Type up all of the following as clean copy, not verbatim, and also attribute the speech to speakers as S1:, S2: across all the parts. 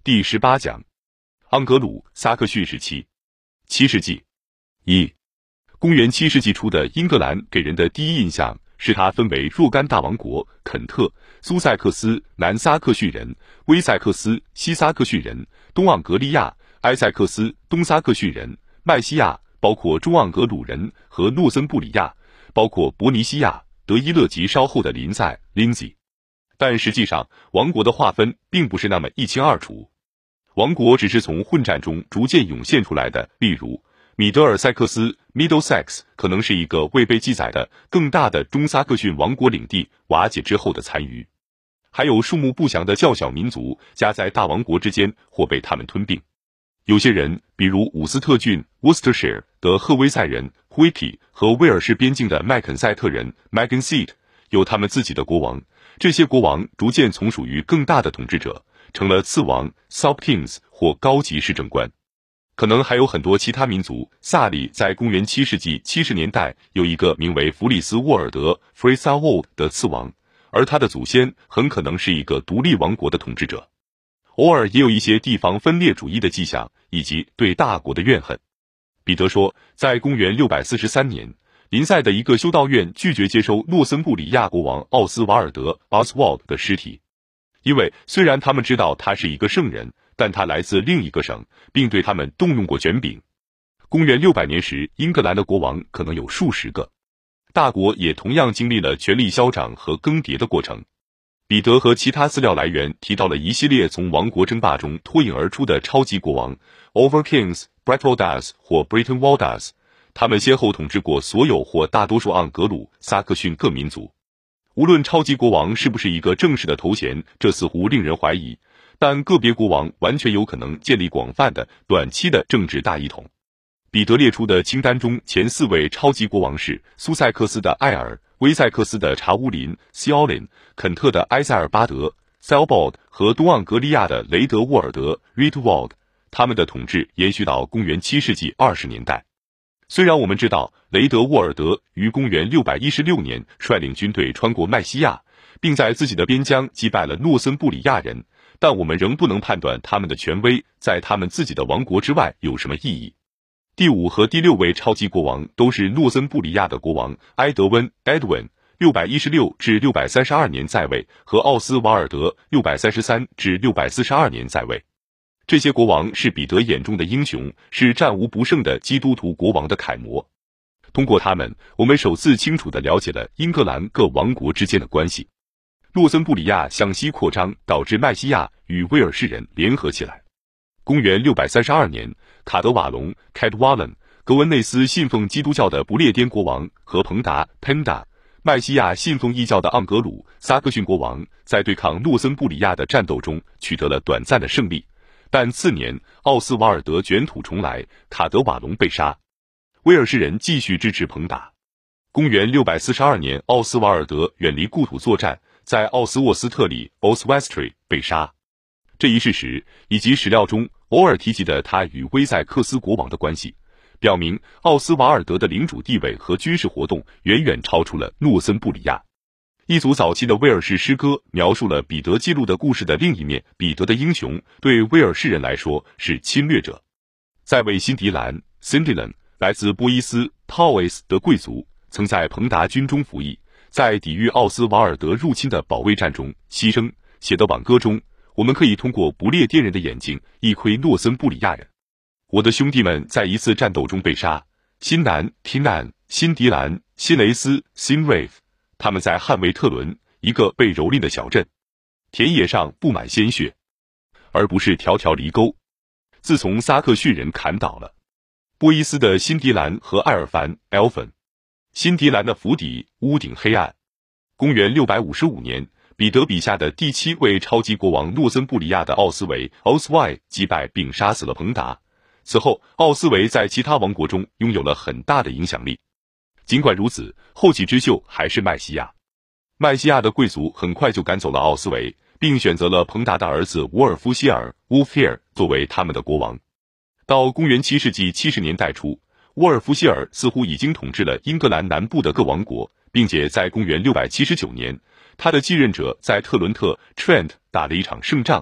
S1: 第18讲，盎格鲁撒克逊时期。7世纪。1. 公元7世纪初的英格兰给人的第一印象是它分为若干大王国：肯特、苏塞克斯、南撒克逊人、威塞克斯、西撒克逊人、东盎格利亚、埃塞克斯、东撒克逊人、麦西亚，包括中盎格鲁人和诺森布里亚，包括伯尼西亚、德伊勒及稍后的林塞 Lindsay。但实际上，王国的划分并不是那么一清二楚。王国只是从混战中逐渐涌现出来的，例如米德尔塞克斯 Middlesex 可能是一个未被记载的更大的中撒克逊王国领地瓦解之后的残余，还有数目不详的较小民族夹在大王国之间或被他们吞并。有些人，比如伍斯特郡 Worcestershire 的赫威塞人 Whitty 和威尔士边境的麦肯塞特人 Magenseat 有他们自己的国王，这些国王逐渐从属于更大的统治者，成了次王 Subkings 或高级市政官。可能还有很多其他民族。萨里在公元7世纪70年代有一个名为弗里斯沃尔德 Frisawold 的次王，而他的祖先很可能是一个独立王国的统治者。偶尔也有一些地方分裂主义的迹象，以及对大国的怨恨。彼得说，在公元643年，林塞的一个修道院拒绝接收诺森布里亚国王奥斯瓦尔德 Oswald 的尸体，因为虽然他们知道他是一个圣人，但他来自另一个省，并对他们动用过权柄。公元600年时，英格兰的国王可能有数十个。大国也同样经历了权力消长和更迭的过程。彼得和其他资料来源提到了一系列从王国争霸中脱颖而出的超级国王 Overkings、Bretwaldas 或 Breitenwaldas， 他们先后统治过所有或大多数盎格鲁撒克逊各民族。无论超级国王是不是一个正式的头衔，这似乎令人怀疑，但个别国王完全有可能建立广泛的短期的政治大一统。彼得列出的清单中前4位超级国王是苏塞克斯的艾尔、威塞克斯的查乌林 Ceolin、肯特的埃塞尔巴德 Selbald 和东盎格利亚的雷德沃尔德 Rietwald， 他们的统治延续到公元7世纪20年代。虽然我们知道雷德沃尔德于公元616年率领军队穿过麦西亚，并在自己的边疆击败了诺森布里亚人，但我们仍不能判断他们的权威在他们自己的王国之外有什么意义。第5和第6位超级国王都是诺森布里亚的国王埃德温 Edwin 616至632年在位，和奥斯瓦尔德633至642年在位。这些国王是彼得眼中的英雄，是战无不胜的基督徒国王的楷模。通过他们，我们首次清楚地了解了英格兰各王国之间的关系。诺森布里亚向西扩张，导致麦西亚与威尔士人联合起来。公元632年，卡德瓦隆 Cadwallon、格温内斯信奉基督教的不列颠国王和彭达 Penda、麦西亚信奉异教的盎格鲁撒克逊国王在对抗诺森布里亚的战斗中取得了短暂的胜利，但次年奥斯瓦尔德卷土重来，卡德瓦隆被杀。威尔士人继续支持彭达。公元642年，奥斯瓦尔德远离故土作战，在奥斯沃斯特里 Oswestry 被杀。这一事实以及史料中偶尔提及的他与威塞克斯国王的关系，表明奥斯瓦尔德的领主地位和军事活动远远超出了诺森布里亚。一组早期的威尔士诗歌描述了彼得记录的故事的另一面。彼得的英雄对威尔士人来说是侵略者。在位辛迪兰 Cindilan 来自波伊斯 Powys 的贵族，曾在彭达军中服役，在抵御奥斯瓦尔德入侵的保卫战中牺牲。写的挽歌中，我们可以通过不列颠人的眼睛一窥诺森布里亚人。我的兄弟们在一次战斗中被杀，辛南 Tinan、辛迪兰、辛雷斯 Sinraith， 他们在汉维特伦，一个被蹂躏的小镇，田野上布满鲜血，而不是条条犁沟。自从撒克逊人砍倒了波伊斯的辛迪兰和艾尔凡 Elfin， 辛迪兰的府邸屋顶黑暗。公元655年，彼得笔下的第7位超级国王诺森布里亚的奥斯维 Oswy 击败并杀死了彭达。此后，奥斯维在其他王国中拥有了很大的影响力。尽管如此，后起之秀还是麦西亚。麦西亚的贵族很快就赶走了奥斯维，并选择了彭达的儿子沃尔夫希尔 Wulfhere 作为他们的国王。到公元7世纪70年代初，沃尔夫希尔似乎已经统治了英格兰南部的各王国，并且在公元679年，他的继任者在特伦特 Trent 打了一场胜仗，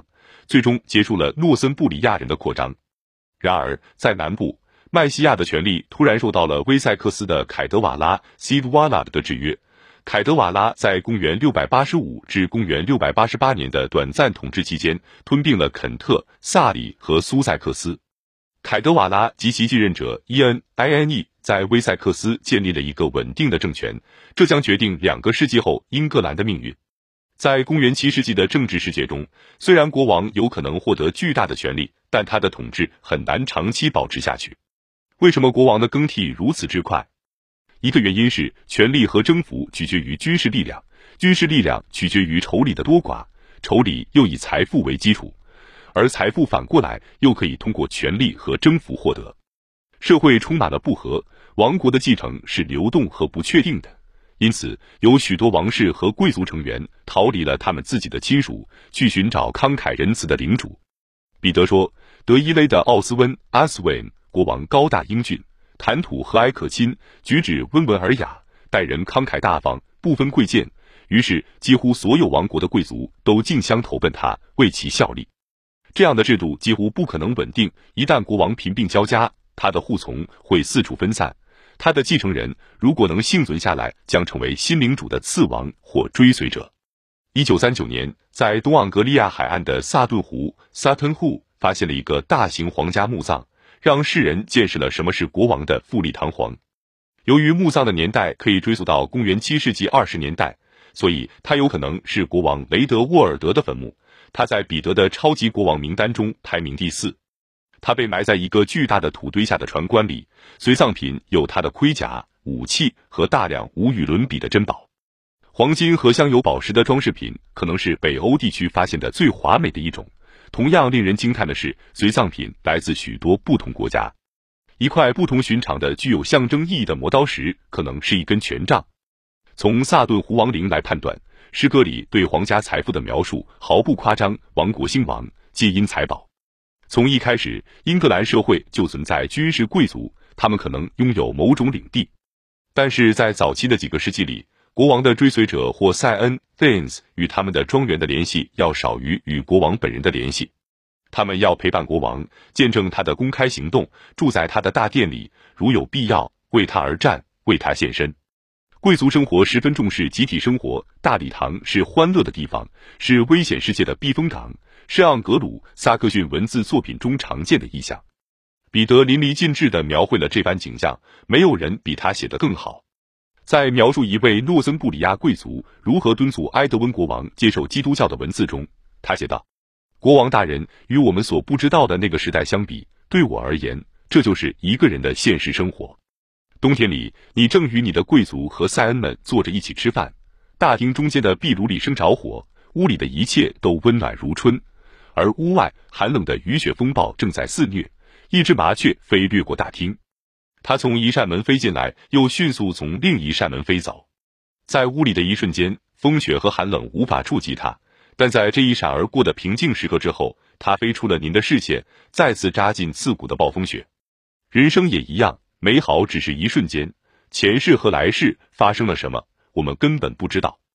S1: 最终结束了诺森布里亚人的扩张。然而，在南部，麦西亚的权力突然受到了威塞克斯的凯德瓦拉 （Cadwallad） 的制约。凯德瓦拉在公元685至公元688年的短暂统治期间，吞并了肯特、萨里和苏塞克斯。凯德瓦拉及其继任者伊恩 （Ine） 在威塞克斯建立了一个稳定的政权，这将决定2个世纪后英格兰的命运。在公元7世纪的政治世界中，虽然国王有可能获得巨大的权力，但他的统治很难长期保持下去。为什么国王的更替如此之快？一个原因是权力和征服取决于军事力量，军事力量取决于筹里的多寡，筹里又以财富为基础，而财富反过来又可以通过权力和征服获得。社会充满了不和，王国的继承是流动和不确定的，因此有许多王室和贵族成员逃离了他们自己的亲属，去寻找慷慨仁慈的领主。彼得说，德伊勒的奥斯温 （Aswin） 国王高大英俊，谈吐和蔼可亲，举止温文尔雅，待人慷慨大方，不分贵贱。于是，几乎所有王国的贵族都竞相投奔他，为其效力。这样的制度几乎不可能稳定，一旦国王贫病交加，他的护从会四处分散。他的继承人如果能幸存下来，将成为新领主的次王或追随者。1939年，在东盎格利亚海岸的萨顿湖 （Sutton Hoo） 发现了一个大型皇家墓葬，让世人见识了什么是国王的富丽堂皇。由于墓葬的年代可以追溯到公元7世纪20年代，所以它有可能是国王雷德沃尔德的坟墓。他在彼得的超级国王名单中排名第4。他被埋在一个巨大的土堆下的船棺里，随葬品有他的盔甲、武器和大量无与伦比的珍宝。黄金和镶有宝石的装饰品可能是北欧地区发现的最华美的一种。同样令人惊叹的是，随葬品来自许多不同国家。一块不同寻常的具有象征意义的磨刀石可能是一根权杖。从萨顿湖王陵来判断，诗歌里对皇家财富的描述毫不夸张，王国兴亡皆因财宝。从一开始，英格兰社会就存在军事贵族，他们可能拥有某种领地。但是在早期的几个世纪里，国王的追随者或塞恩 Thanes 与他们的庄园的联系要少于与国王本人的联系。他们要陪伴国王，见证他的公开行动，住在他的大殿里，如有必要，为他而战，为他献身。贵族生活十分重视集体生活，大礼堂是欢乐的地方，是危险世界的避风港，是盎格鲁撒克逊文字作品中常见的意象。彼得淋漓尽致地描绘了这番景象，没有人比他写得更好。在描述一位诺森布里亚贵族如何敦促埃德温国王接受基督教的文字中，他写道：国王大人，与我们所不知道的那个时代相比，对我而言，这就是一个人的现实生活。冬天里，你正与你的贵族和塞恩们坐着一起吃饭，大厅中间的壁炉里生着火，屋里的一切都温暖如春，而屋外寒冷的雨雪风暴正在肆虐。一只麻雀飞掠过大厅，它从一扇门飞进来，又迅速从另一扇门飞走。在屋里的一瞬间，风雪和寒冷无法触及它，但在这一闪而过的平静时刻之后，它飞出了您的视线，再次扎进刺骨的暴风雪。人生也一样，美好只是一瞬间，前世和来世发生了什么，我们根本不知道。